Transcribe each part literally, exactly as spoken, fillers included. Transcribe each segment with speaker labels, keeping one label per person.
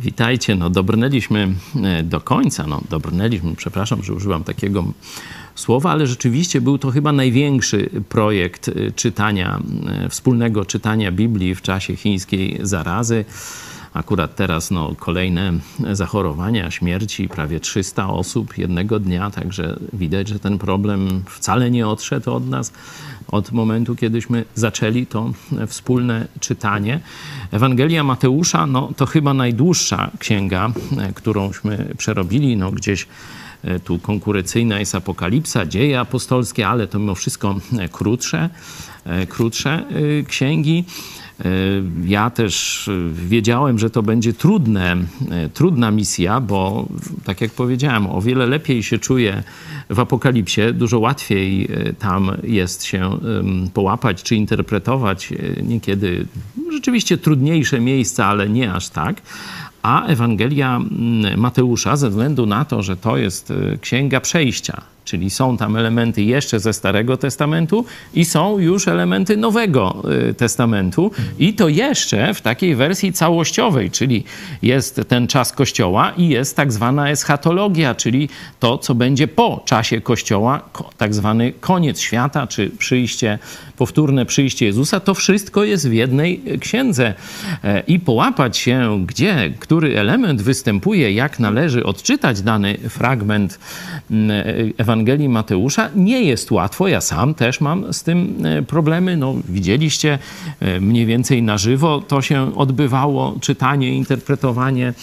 Speaker 1: Witajcie. No dobrnęliśmy do końca. No dobrnęliśmy, przepraszam, że używam takiego słowa, ale rzeczywiście był to chyba największy projekt czytania, wspólnego czytania Biblii w czasie chińskiej zarazy. Akurat teraz no, kolejne zachorowania, śmierci, prawie trzysta osób jednego dnia, także widać, że ten problem wcale nie odszedł od nas od momentu, kiedyśmy zaczęli to wspólne czytanie. Ewangelia Mateusza no, to chyba najdłuższa księga, którąśmy przerobili. No, gdzieś tu konkurencyjna jest Apokalipsa, Dzieje apostolskie, ale to mimo wszystko krótsze, krótsze księgi. Ja też wiedziałem, że to będzie trudne, trudna misja, bo tak jak powiedziałem, o wiele lepiej się czuję w Apokalipsie, dużo łatwiej tam jest się połapać czy interpretować niekiedy rzeczywiście trudniejsze miejsca, ale nie aż tak. A Ewangelia Mateusza, ze względu na to, że to jest księga przejścia, czyli są tam elementy jeszcze ze Starego Testamentu i są już elementy Nowego Testamentu i to jeszcze w takiej wersji całościowej, czyli jest ten czas Kościoła i jest tak zwana eschatologia, czyli to, co będzie po czasie Kościoła, tak zwany koniec świata, czy przyjście, powtórne przyjście Jezusa. To wszystko jest w jednej księdze i połapać się, gdzie, który element występuje, jak należy odczytać dany fragment Ewangelii Mateusza, nie jest łatwo. Ja sam też mam z tym problemy. No, widzieliście mniej więcej na żywo, to się odbywało, czytanie, interpretowanie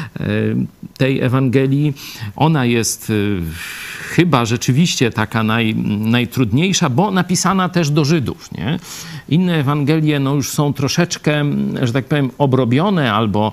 Speaker 1: tej Ewangelii. Ona jest chyba rzeczywiście taka naj, najtrudniejsza, bo napisana też do Żydów, nie? Inne Ewangelie no, już są troszeczkę, że tak powiem, obrobione albo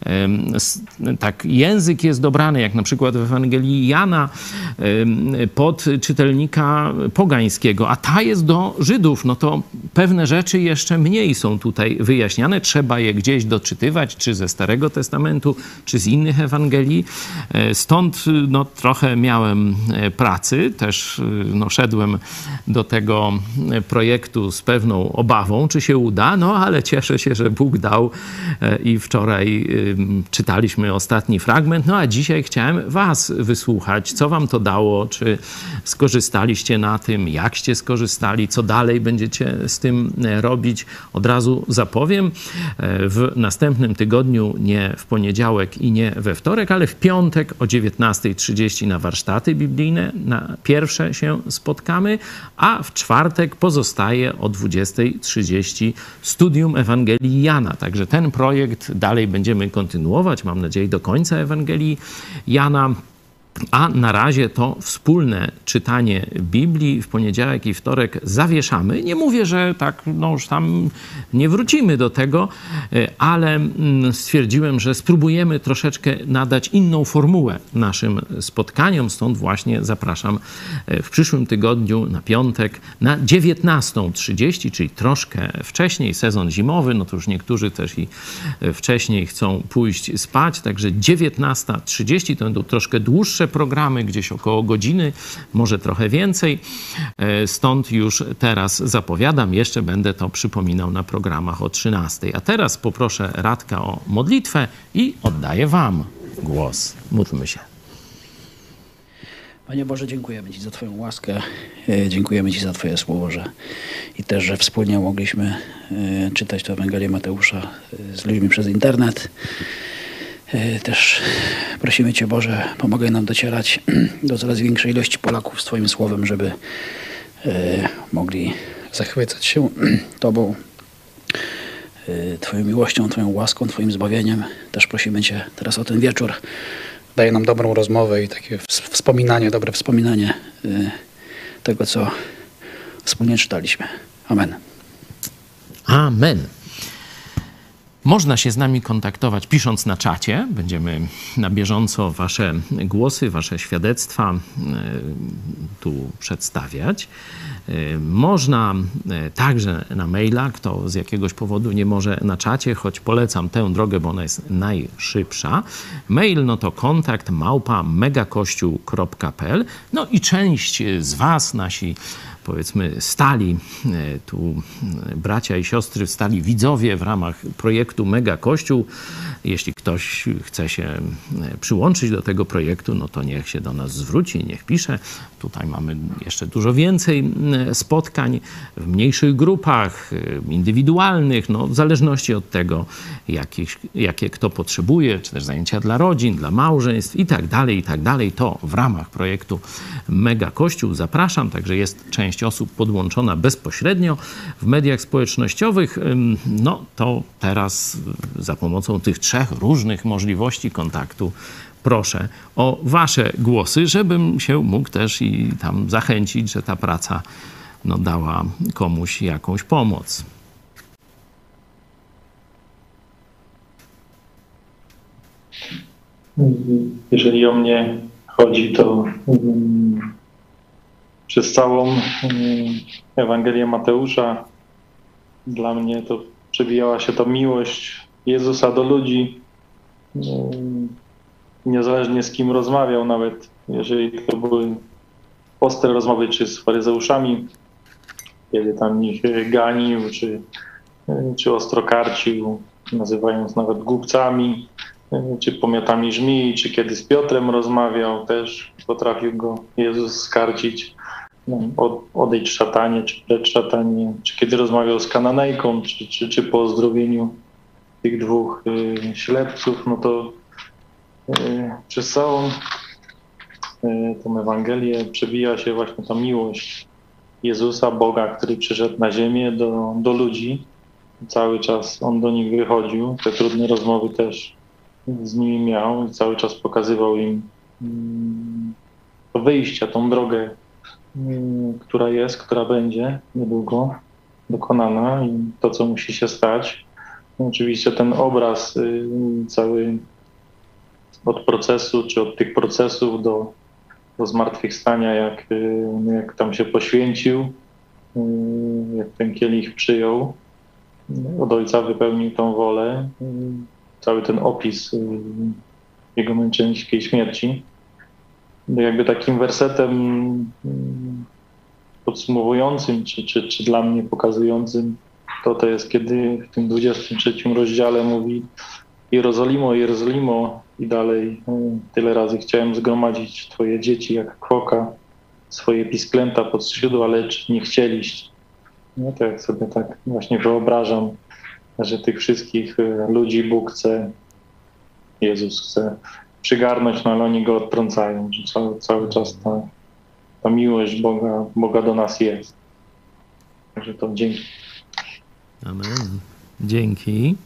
Speaker 1: um, tak język jest dobrany, jak na przykład w Ewangelii Jana um, pod czytelnika pogańskiego, a ta jest do Żydów. No to pewne rzeczy jeszcze mniej są tutaj wyjaśniane. Trzeba je gdzieś doczytywać, czy ze Starego Testamentu, czy z innych Ewangelii. Stąd no, trochę miałem pracy. Też no, szedłem do tego projektu z pewną obawą, czy się uda, no ale cieszę się, że Bóg dał i wczoraj czytaliśmy ostatni fragment, no a dzisiaj chciałem was wysłuchać, co wam to dało, czy skorzystaliście na tym, jakście skorzystali, co dalej będziecie z tym robić. Od razu zapowiem, w następnym tygodniu, nie w poniedziałek i nie we wtorek, ale w piątek o dziewiętnastej trzydzieści na warsztaty biblijne, na pierwsze się spotkamy, a w czwartek pozostaje o dwudziestej trzydzieści studium Ewangelii Jana. Także ten projekt dalej będziemy kontynuować, mam nadzieję, do końca Ewangelii Jana. A na razie to wspólne czytanie Biblii w poniedziałek i wtorek zawieszamy. Nie mówię, że tak, no już tam nie wrócimy do tego, ale stwierdziłem, że spróbujemy troszeczkę nadać inną formułę naszym spotkaniom. Stąd właśnie zapraszam w przyszłym tygodniu na piątek na dziewiętnastą trzydzieści, czyli troszkę wcześniej, sezon zimowy, no to już niektórzy też i wcześniej chcą pójść spać, także dziewiętnasta trzydzieści to będą troszkę dłuższe programy, gdzieś około godziny, może trochę więcej. Stąd już teraz zapowiadam, jeszcze będę to przypominał na programach o trzynastej. A teraz poproszę Radka o modlitwę i oddaję wam głos. Módlmy się.
Speaker 2: Panie Boże, dziękujemy Ci za Twoją łaskę, dziękujemy Ci za Twoje słowo, że i też, że wspólnie mogliśmy czytać tę Ewangelię Mateusza z ludźmi przez internet. Też prosimy Cię, Boże, pomagaj nam docierać do coraz większej ilości Polaków z Twoim słowem, żeby mogli zachwycać się Tobą, Twoją miłością, Twoją łaską, Twoim zbawieniem. Też prosimy Cię teraz o ten wieczór. Daj nam dobrą rozmowę i takie wspominanie, dobre wspominanie tego, co wspólnie czytaliśmy. Amen.
Speaker 1: Amen. Można się z nami kontaktować pisząc na czacie. Będziemy na bieżąco wasze głosy, wasze świadectwa tu przedstawiać. Można także na maila, kto z jakiegoś powodu nie może na czacie, choć polecam tę drogę, bo ona jest najszybsza. Mail no to kontakt małpa megakościół kropka p l. No i część z was, nasi powiedzmy stali tu bracia i siostry, stali widzowie w ramach projektu Mega Kościół. Jeśli ktoś chce się przyłączyć do tego projektu, no to niech się do nas zwróci, niech pisze. Tutaj mamy jeszcze dużo więcej spotkań w mniejszych grupach, indywidualnych, no w zależności od tego, jakich, jakie kto potrzebuje, czy też zajęcia dla rodzin, dla małżeństw i tak dalej, i tak dalej. To w ramach projektu Mega Kościół zapraszam. Także jest część osób podłączona bezpośrednio w mediach społecznościowych. No to teraz za pomocą tych trzech różnych możliwości kontaktu proszę o wasze głosy, żebym się mógł też i tam zachęcić, że ta praca no, dała komuś jakąś pomoc.
Speaker 3: Jeżeli o mnie chodzi, to um, przez całą um, Ewangelię Mateusza dla mnie to przebijała się ta miłość Jezusa do ludzi, um, niezależnie z kim rozmawiał, nawet jeżeli to były ostre rozmowy, czy z faryzeuszami, kiedy tam ich ganił, czy, czy ostro karcił, nazywając nawet głupcami, czy pomiotami żmii, czy kiedy z Piotrem rozmawiał, też potrafił go Jezus skarcić, no, odejdź szatanie, czy precz szatanie, czy kiedy rozmawiał z Kananejką, czy, czy, czy po uzdrowieniu tych dwóch y, ślepców, no to y, przez całą y, tą Ewangelię przebija się właśnie ta miłość Jezusa, Boga, który przyszedł na ziemię do, do ludzi. Cały czas On do nich wychodził, te trudne rozmowy też z nimi miał i cały czas pokazywał im to wyjście, tą drogę, która jest, która będzie niedługo dokonana i to, co musi się stać. Oczywiście ten obraz cały od procesu, czy od tych procesów do, do zmartwychwstania, jak, jak tam się poświęcił, jak ten kielich przyjął, od Ojca wypełnił tą wolę. Cały ten opis jego męczeńskiej śmierci. Jakby takim wersetem podsumowującym, czy, czy, czy dla mnie pokazującym, to to jest, kiedy w tym dwudziestym trzecim rozdziale mówi Jerozolimo, Jerozolimo i dalej tyle razy chciałem zgromadzić twoje dzieci jak kwoka, swoje pisklęta pod skrzydła, lecz nie chcieliście. No to jak sobie tak właśnie wyobrażam, że tych wszystkich ludzi Bóg chce, Jezus chce przygarnąć, no ale oni go odtrącają, że cały, cały czas ta, ta miłość Boga, Boga do nas jest. Także to dzięki.
Speaker 1: Amen. Dzięki.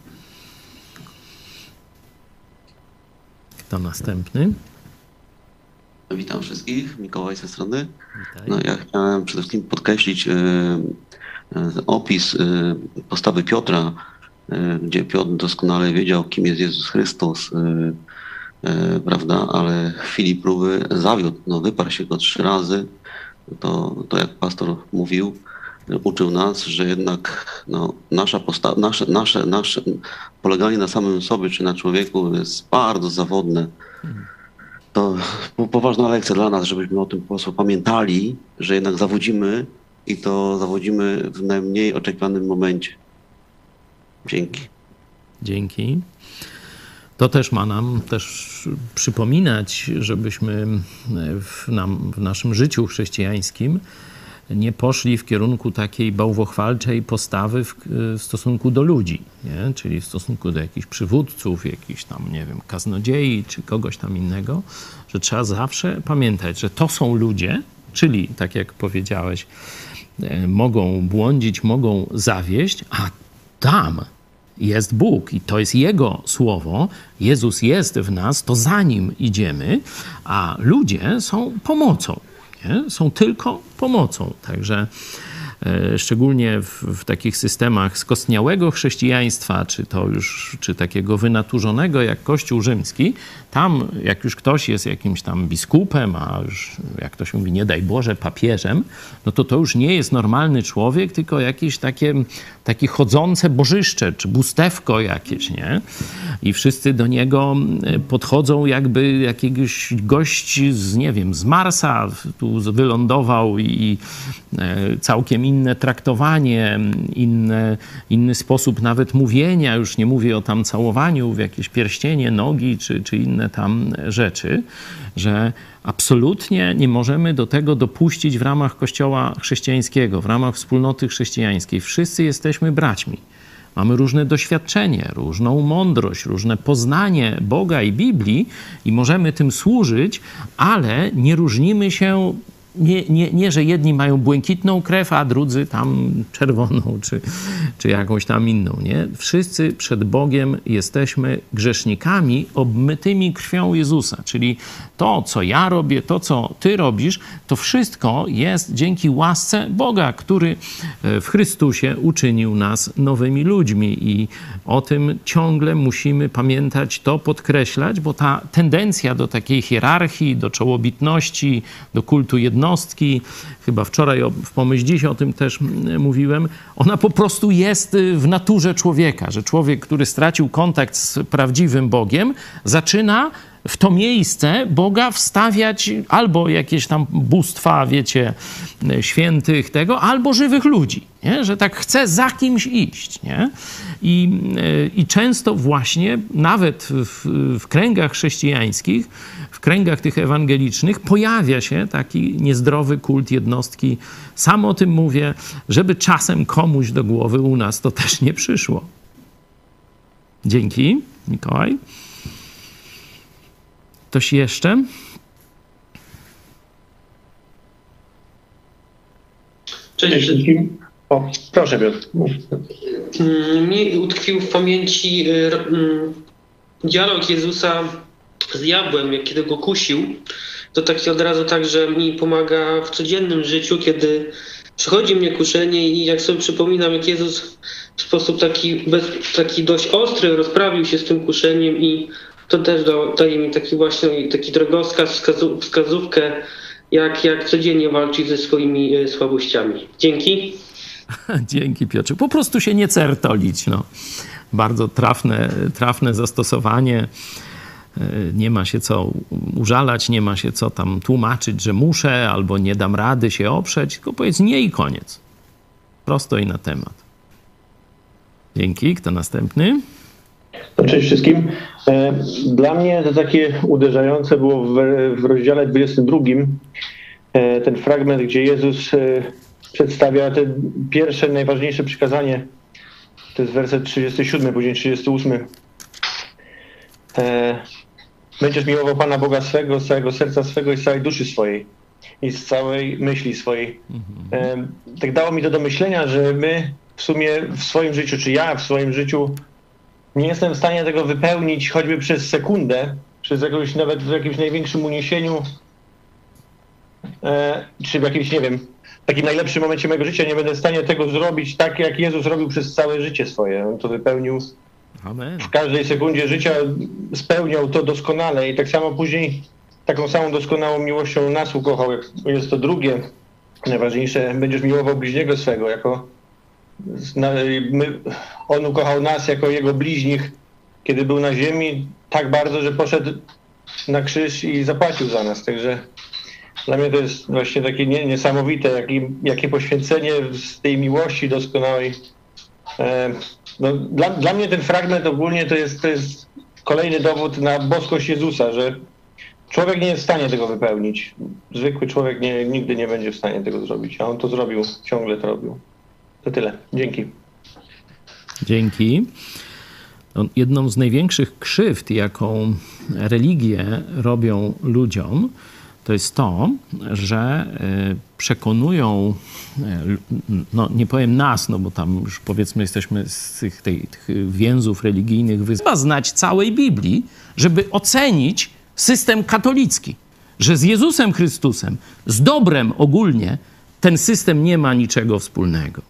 Speaker 1: Kto następny?
Speaker 4: Witam wszystkich. Mikołaj z tej strony.
Speaker 1: Witaj.
Speaker 4: No, ja chciałem przede wszystkim podkreślić e, e, opis e, postawy Piotra, e, gdzie Piotr doskonale wiedział, kim jest Jezus Chrystus, e, e, prawda, ale w chwili próby zawiódł, no, wyparł się go trzy razy. To, to jak pastor mówił, uczył nas, że jednak no, nasza postawa, nasze, nasze, nasze poleganie na samym sobie czy na człowieku jest bardzo zawodne. To poważna lekcja dla nas, żebyśmy o tym po prostu pamiętali, że jednak zawodzimy i to zawodzimy w najmniej oczekiwanym momencie. Dzięki.
Speaker 1: Dzięki. To też ma nam też przypominać, żebyśmy w, nam, w naszym życiu chrześcijańskim nie poszli w kierunku takiej bałwochwalczej postawy w, w stosunku do ludzi, nie? Czyli w stosunku do jakichś przywódców, jakichś tam, nie wiem, kaznodziei czy kogoś tam innego, że trzeba zawsze pamiętać, że to są ludzie, czyli tak jak powiedziałeś, mogą błądzić, mogą zawieść, a tam jest Bóg i to jest Jego słowo, Jezus jest w nas, to za Nim idziemy, a ludzie są pomocą. Nie? Są tylko pomocą. Także szczególnie w, w takich systemach skostniałego chrześcijaństwa, czy to już, czy takiego wynaturzonego jak Kościół rzymski, tam jak już ktoś jest jakimś tam biskupem, a już jak to się mówi, nie daj Boże, papieżem, no to to już nie jest normalny człowiek, tylko jakieś takie, takie chodzące bożyszcze, czy bóstewko jakieś, nie? I wszyscy do niego podchodzą jakby jakiegoś gość z, nie wiem, z Marsa tu wylądował i całkiem inne traktowanie, inne, inny sposób nawet mówienia, już nie mówię o tam całowaniu w jakieś pierścienie, nogi, czy, czy inne tam rzeczy, że absolutnie nie możemy do tego dopuścić w ramach Kościoła chrześcijańskiego, w ramach wspólnoty chrześcijańskiej. Wszyscy jesteśmy braćmi. Mamy różne doświadczenie, różną mądrość, różne poznanie Boga i Biblii i możemy tym służyć, ale nie różnimy się. Nie, nie, nie, że jedni mają błękitną krew, a drudzy tam czerwoną, czy, czy jakąś tam inną, nie? Wszyscy przed Bogiem jesteśmy grzesznikami obmytymi krwią Jezusa, czyli to, co ja robię, to, co ty robisz, to wszystko jest dzięki łasce Boga, który w Chrystusie uczynił nas nowymi ludźmi i o tym ciągle musimy pamiętać, to podkreślać, bo ta tendencja do takiej hierarchii, do czołobitności, do kultu jednostki, chyba wczoraj w Pomyśl Dziś o tym też mówiłem, ona po prostu jest w naturze człowieka, że człowiek, który stracił kontakt z prawdziwym Bogiem, zaczyna w to miejsce Boga wstawiać albo jakieś tam bóstwa, wiecie, świętych tego, albo żywych ludzi, nie? Że tak chce za kimś iść, nie? I, i często właśnie nawet w, w kręgach chrześcijańskich, w kręgach tych ewangelicznych pojawia się taki niezdrowy kult jednostki. Sam o tym mówię, żeby czasem komuś do głowy u nas to też nie przyszło. Dzięki, Mikołaj. Ktoś jeszcze?
Speaker 5: Cześć wszystkim. O, proszę Piotr. Mi utkwił w pamięci dialog Jezusa z diabłem, jak kiedy go kusił. To taki od razu tak, że mi pomaga w codziennym życiu, kiedy przychodzi mnie kuszenie i jak sobie przypominam, jak Jezus w sposób taki, bez, taki dość ostry rozprawił się z tym kuszeniem i to też daje mi taki właśnie taki drogowskaz, wskazu, wskazówkę, jak, jak codziennie walczyć ze swoimi słabościami. Dzięki.
Speaker 1: Dzięki, Piotrze. Po prostu się nie certolić. No. Bardzo trafne, trafne zastosowanie. Nie ma się co użalać, nie ma się co tam tłumaczyć, że muszę albo nie dam rady się oprzeć, tylko powiedz nie i koniec. Prosto i na temat. Dzięki. Kto następny?
Speaker 5: Cześć wszystkim. Dla mnie to takie uderzające było w, w rozdziale dwudziestym drugim ten fragment, gdzie Jezus przedstawia te pierwsze, najważniejsze przykazanie. To jest werset trzydziesty siódmy, później trzydziesty ósmy. Będziesz miłował Pana Boga swego, z całego serca swego i z całej duszy swojej i z całej myśli swojej. Mhm. Tak dało mi to do myślenia, że my w sumie w swoim życiu, czy ja w swoim życiu nie jestem w stanie tego wypełnić choćby przez sekundę, przez jakąś, nawet w jakimś największym uniesieniu, e, czy w jakimś, nie wiem, takim najlepszym momencie mojego życia nie będę w stanie tego zrobić tak, jak Jezus robił przez całe życie swoje. On to wypełnił Amen. W każdej sekundzie życia, spełniał to doskonale i tak samo później taką samą doskonałą miłością nas ukochał. Jest to drugie, najważniejsze, będziesz miłował bliźniego swego, jako My, on ukochał nas jako jego bliźnich, kiedy był na ziemi, tak bardzo, że poszedł na krzyż i zapłacił za nas. Także dla mnie to jest właśnie takie niesamowite, jakie, jakie poświęcenie z tej miłości doskonałej. E, no, dla, dla mnie ten fragment ogólnie to jest, to jest kolejny dowód na boskość Jezusa, że człowiek nie jest w stanie tego wypełnić. Zwykły człowiek nie, nigdy nie będzie w stanie tego zrobić, a on to zrobił, ciągle to robił. To tyle. Dzięki.
Speaker 1: Dzięki. No, jedną z największych krzywd, jaką religie robią ludziom, to jest to, że przekonują, no nie powiem nas, no bo tam już powiedzmy jesteśmy z tych, tych, tych więzów religijnych, trzeba znać całej Biblii, żeby ocenić system katolicki, że z Jezusem Chrystusem, z dobrem ogólnie ten system nie ma niczego wspólnego.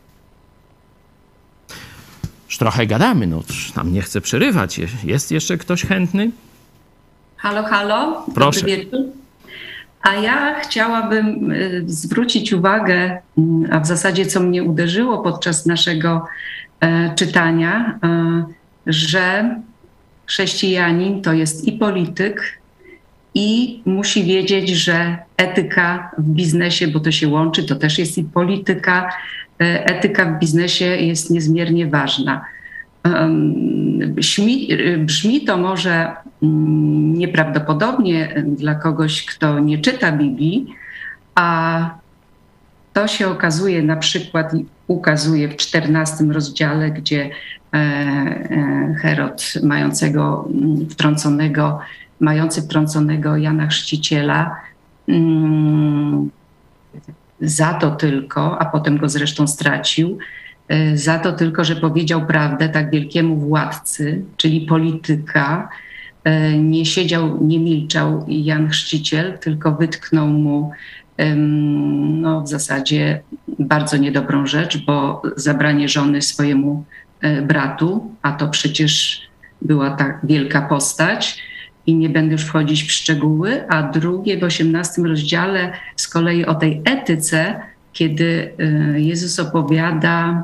Speaker 1: Już trochę gadamy, no tam nie chcę przerywać. Jest jeszcze ktoś chętny?
Speaker 6: Halo, halo.
Speaker 1: Proszę.
Speaker 6: Dobry wieczór. A ja chciałabym zwrócić uwagę, a w zasadzie co mnie uderzyło podczas naszego e, czytania, e, że chrześcijanin to jest i polityk, i musi wiedzieć, że etyka w biznesie, bo to się łączy, to też jest i polityka, e, etyka w biznesie jest niezmiernie ważna. Brzmi, brzmi to może nieprawdopodobnie dla kogoś, kto nie czyta Biblii, a to się okazuje na przykład, ukazuje w czternastym rozdziale, gdzie Herod mającego wtrąconego, mający wtrąconego Jana Chrzciciela za to tylko, a potem go zresztą stracił, za to tylko, że powiedział prawdę tak wielkiemu władcy, czyli polityka. Nie siedział, nie milczał Jan Chrzciciel, tylko wytknął mu no, w zasadzie bardzo niedobrą rzecz, bo zabranie żony swojemu bratu, a to przecież była tak wielka postać i nie będę już wchodzić w szczegóły, a drugie w osiemnastym rozdziale z kolei o tej etyce, kiedy Jezus opowiada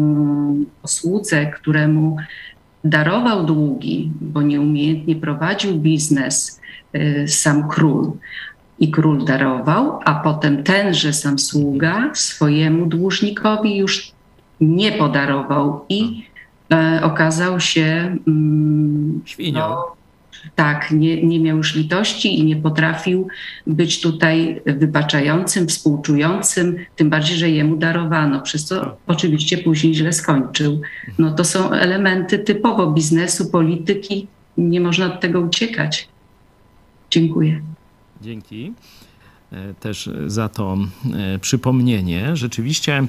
Speaker 6: o słudze, któremu darował długi, bo nieumiejętnie prowadził biznes sam król i król darował, a potem tenże sam sługa swojemu dłużnikowi już nie podarował i okazał się
Speaker 1: świnią.
Speaker 6: No, tak, nie, nie miał już litości i nie potrafił być tutaj wybaczającym, współczującym, tym bardziej, że jemu darowano, przez co oczywiście później źle skończył. No to są elementy typowo biznesu, polityki, nie można od tego uciekać. Dziękuję.
Speaker 1: Dzięki też za to przypomnienie. Rzeczywiście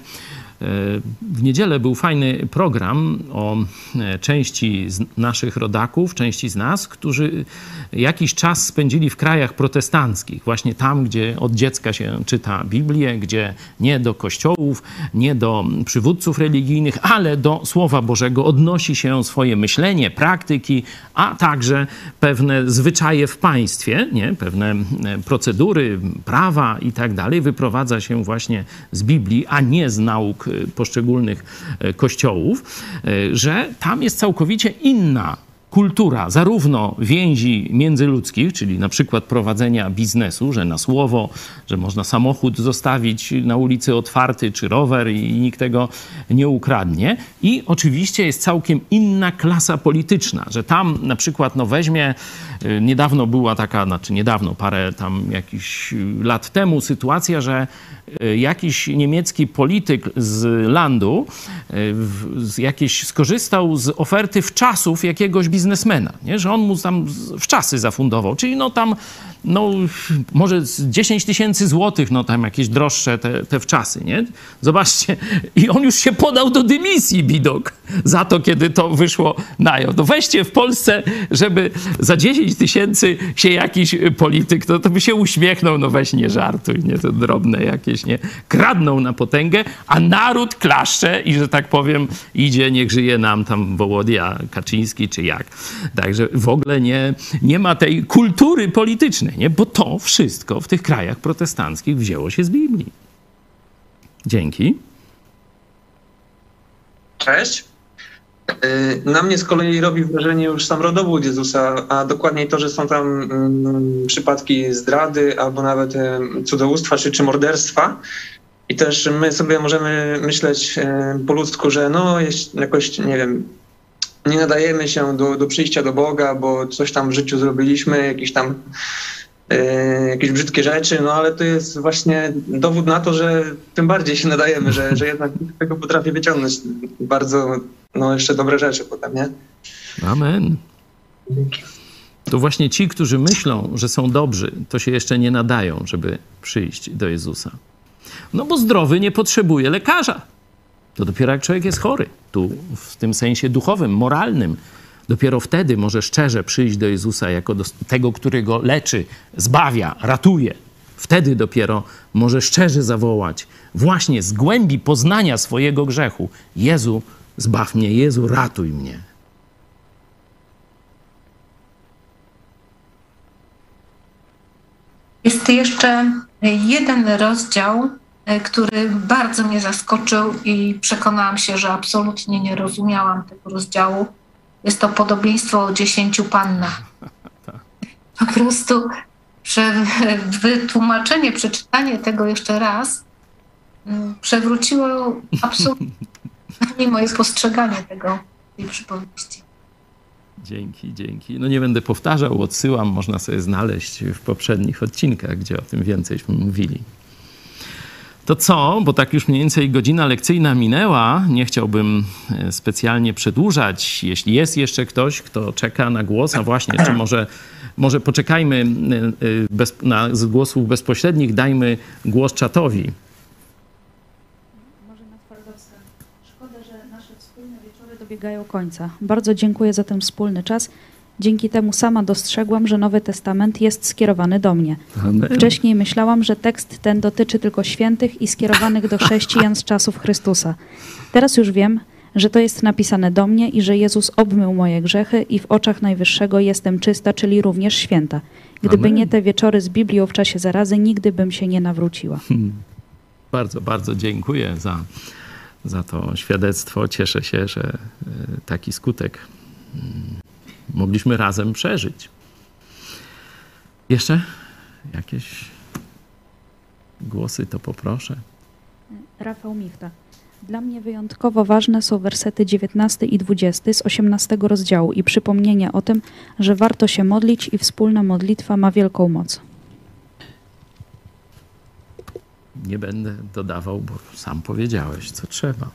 Speaker 1: w niedzielę był fajny program o części z naszych rodaków, części z nas, którzy jakiś czas spędzili w krajach protestanckich, właśnie tam, gdzie od dziecka się czyta Biblię, gdzie nie do kościołów, nie do przywódców religijnych, ale do Słowa Bożego odnosi się swoje myślenie, praktyki, a także pewne zwyczaje w państwie, nie? Pewne procedury, prawa i tak dalej, wyprowadza się właśnie z Biblii, a nie z nauk poszczególnych kościołów, że tam jest całkowicie inna kultura, zarówno więzi międzyludzkich, czyli na przykład prowadzenia biznesu, że na słowo, że można samochód zostawić na ulicy otwarty, czy rower i nikt tego nie ukradnie. I oczywiście jest całkiem inna klasa polityczna, że tam na przykład no weźmie, niedawno była taka, znaczy niedawno, parę tam jakichś lat temu sytuacja, że jakiś niemiecki polityk z landu z jakieś, skorzystał z oferty wczasów jakiegoś biznesmena, nie? Że on mu tam wczasy zafundował, czyli no tam no może dziesięć tysięcy złotych, no tam jakieś droższe te, te wczasy, nie? Zobaczcie, i on już się podał do dymisji, bidok, za to, kiedy to wyszło na jaw. No weźcie w Polsce, żeby za dziesięć tysięcy się jakiś polityk, to, to by się uśmiechnął, no weź nie żartuj, nie? To drobne jakieś, nie? Kradną na potęgę, a naród klaszcze i, że tak powiem, idzie, niech żyje nam tam Wołodia Kaczyński, czy jak. Także w ogóle nie, nie ma tej kultury politycznej, nie? Bo to wszystko w tych krajach protestanckich wzięło się z Biblii. Dzięki.
Speaker 7: Cześć. Na mnie z kolei robi wrażenie już sam rodowód Jezusa, a dokładniej to, że są tam mm, przypadki zdrady albo nawet y, cudzołóstwa czy, czy morderstwa. I też my sobie możemy myśleć y, po ludzku, że no jakoś, nie wiem, nie nadajemy się do, do przyjścia do Boga, bo coś tam w życiu zrobiliśmy, jakieś tam y, jakieś brzydkie rzeczy, no ale to jest właśnie dowód na to, że tym bardziej się nadajemy, że, że jednak z tego potrafię wyciągnąć bardzo no jeszcze dobre rzeczy potem, nie?
Speaker 1: Amen. To właśnie ci, którzy myślą, że są dobrzy, to się jeszcze nie nadają, żeby przyjść do Jezusa. No bo zdrowy nie potrzebuje lekarza. To dopiero jak człowiek jest chory, tu w tym sensie duchowym, moralnym, dopiero wtedy może szczerze przyjść do Jezusa jako do tego, który go leczy, zbawia, ratuje. Wtedy dopiero może szczerze zawołać, właśnie z głębi poznania swojego grzechu: Jezu, zbaw mnie, Jezu, ratuj mnie.
Speaker 8: Jest jeszcze jeden rozdział, który bardzo mnie zaskoczył i przekonałam się, że absolutnie nie rozumiałam tego rozdziału. Jest to podobieństwo o dziesięciu pannach. Po prostu prze, wytłumaczenie, przeczytanie tego jeszcze raz przewróciło absolutnie moje postrzeganie tego, tej przypowieści.
Speaker 1: Dzięki, dzięki. No nie będę powtarzał, odsyłam, można sobie znaleźć w poprzednich odcinkach, gdzie o tym więcejśmy mówili. To co? Bo tak już mniej więcej godzina lekcyjna minęła. Nie chciałbym specjalnie przedłużać. Jeśli jest jeszcze ktoś, kto czeka na głos, a właśnie, czy może, może poczekajmy bez, na, z głosów bezpośrednich, dajmy głos czatowi.
Speaker 9: Szkoda, że nasze wspólne wieczory dobiegają końca. Bardzo dziękuję za ten wspólny czas. Dzięki temu sama dostrzegłam, że Nowy Testament jest skierowany do mnie.
Speaker 1: Amen.
Speaker 9: Wcześniej myślałam, że tekst ten dotyczy tylko świętych i skierowanych do chrześcijan z czasów Chrystusa. Teraz już wiem, że to jest napisane do mnie i że Jezus obmył moje grzechy i w oczach Najwyższego jestem czysta, czyli również święta. Gdyby
Speaker 1: Amen.
Speaker 9: nie te wieczory z Biblią w czasie zarazy, nigdy bym się nie nawróciła.
Speaker 1: Hmm. Bardzo, bardzo dziękuję za, za to świadectwo. Cieszę się, że taki skutek mogliśmy razem przeżyć. Jeszcze jakieś głosy, to poproszę.
Speaker 9: Rafał Michta. Dla mnie wyjątkowo ważne są wersety dziewiętnasty i dwudziesty z osiemnastego rozdziału i przypomnienie o tym, że warto się modlić i wspólna modlitwa ma wielką moc.
Speaker 1: Nie będę dodawał, bo sam powiedziałeś, co trzeba.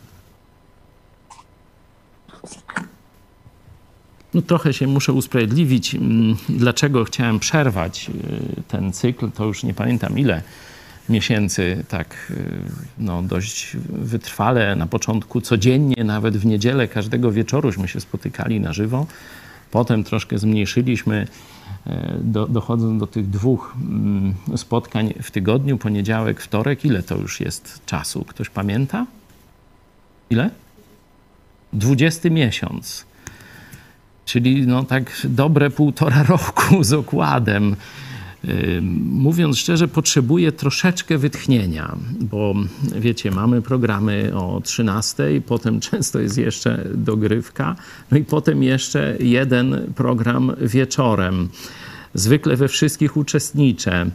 Speaker 1: No trochę się muszę usprawiedliwić, dlaczego chciałem przerwać ten cykl. To już nie pamiętam ile miesięcy, tak no dość wytrwale, na początku codziennie, nawet w niedzielę, każdego wieczoruśmy się spotykali na żywo. Potem troszkę zmniejszyliśmy, do, dochodząc do tych dwóch spotkań w tygodniu, poniedziałek, wtorek. Ile to już jest czasu? Ktoś pamięta? Ile? Dwudziesty miesiąc. Czyli no tak dobre półtora roku z okładem. Mówiąc szczerze, potrzebuję troszeczkę wytchnienia, bo wiecie, mamy programy o trzynastej, potem często jest jeszcze dogrywka, no i potem jeszcze jeden program wieczorem. Zwykle we wszystkich uczestniczę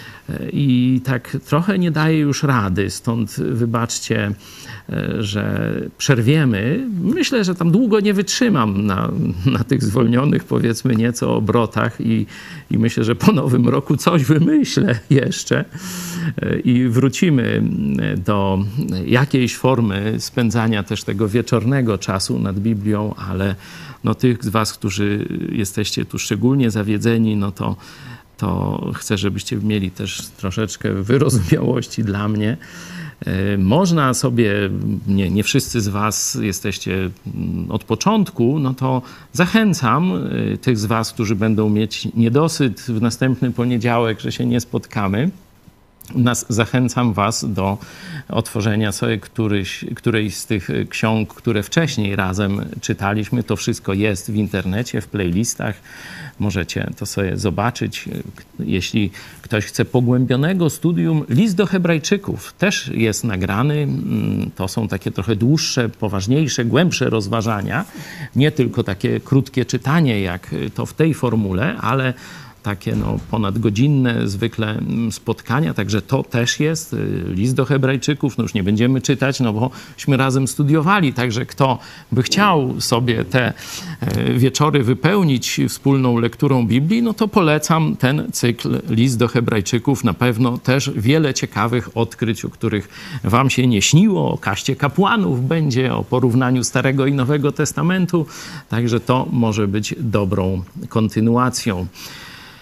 Speaker 1: i tak trochę nie daję już rady, stąd wybaczcie, że przerwiemy. Myślę, że tam długo nie wytrzymam na, na tych zwolnionych, powiedzmy, nieco obrotach i, i myślę, że po nowym roku coś wymyślę jeszcze i wrócimy do jakiejś formy spędzania też tego wieczornego czasu nad Biblią, ale no tych z was, którzy jesteście tu szczególnie zawiedzeni, no to to chcę, żebyście mieli też troszeczkę wyrozumiałości dla mnie. Można sobie, nie, nie wszyscy z was jesteście od początku, no to zachęcam tych z was, którzy będą mieć niedosyt w następny poniedziałek, że się nie spotkamy. Nas, zachęcam was do otworzenia sobie któryś, którejś z tych ksiąg, które wcześniej razem czytaliśmy. To wszystko jest w internecie, w playlistach. Możecie to sobie zobaczyć. Jeśli ktoś chce pogłębionego studium, list do Hebrajczyków też jest nagrany. To są takie trochę dłuższe, poważniejsze, głębsze rozważania. Nie tylko takie krótkie czytanie, jak to w tej formule, ale takie no, ponadgodzinne zwykle spotkania, także to też jest. List do Hebrajczyków, no już nie będziemy czytać, no bośmy razem studiowali, także kto by chciał sobie te wieczory wypełnić wspólną lekturą Biblii, no to polecam ten cykl List do Hebrajczyków. Na pewno też wiele ciekawych odkryć, o których wam się nie śniło, o kaście kapłanów będzie, o porównaniu Starego i Nowego Testamentu, także to może być dobrą kontynuacją.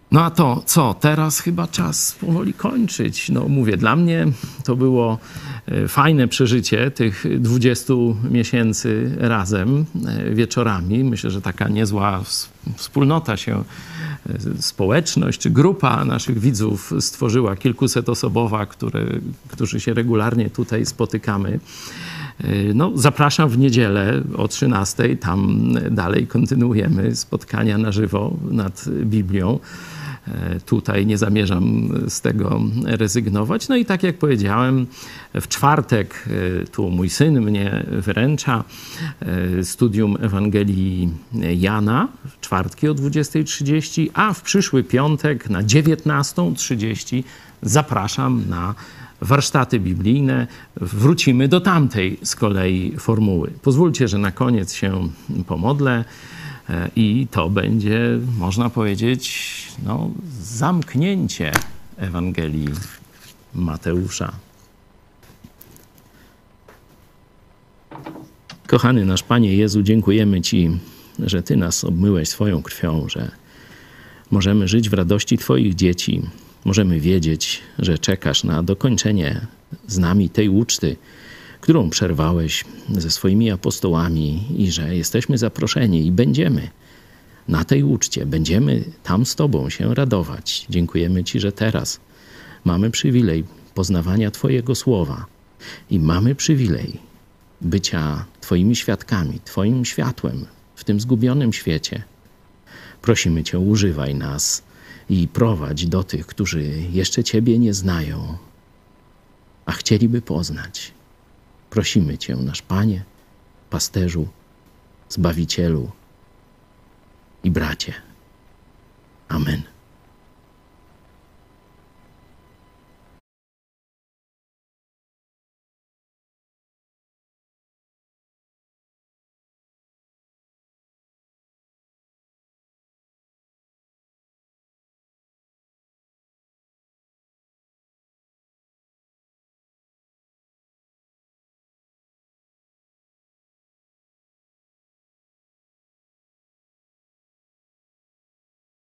Speaker 1: No a to co? Teraz chyba czas powoli kończyć. No mówię, dla mnie to było fajne przeżycie tych dwudziestu miesięcy razem, wieczorami. Myślę, że taka niezła wspólnota się, społeczność czy grupa naszych widzów stworzyła, kilkusetosobowa, które, którzy się regularnie tutaj spotykamy. No, zapraszam w niedzielę o trzynastej. Tam dalej kontynuujemy spotkania na żywo nad Biblią. Tutaj nie zamierzam z tego rezygnować. No i tak jak powiedziałem, w czwartek tu mój syn mnie wyręcza studium Ewangelii Jana, w czwartki o dwudziestej trzydzieści, a w przyszły piątek na dziewiętnastą trzydzieści zapraszam na warsztaty biblijne. Wrócimy do tamtej z kolei formuły. Pozwólcie, że na koniec się pomodlę i to będzie, można powiedzieć, no, zamknięcie Ewangelii Mateusza. Kochany nasz Panie Jezu, dziękujemy Ci, że Ty nas obmyłeś swoją krwią, że możemy żyć w radości Twoich dzieci. Możemy wiedzieć, że czekasz na dokończenie z nami tej uczty, którą przerwałeś ze swoimi apostołami i że jesteśmy zaproszeni i będziemy na tej uczcie, będziemy tam z Tobą się radować. Dziękujemy Ci, że teraz mamy przywilej poznawania Twojego słowa i mamy przywilej bycia Twoimi świadkami, Twoim światłem w tym zgubionym świecie. Prosimy Cię, używaj nas i prowadź do tych, którzy jeszcze Ciebie nie znają, a chcieliby poznać. Prosimy Cię, nasz Panie, pasterzu, Zbawicielu i bracie. Amen.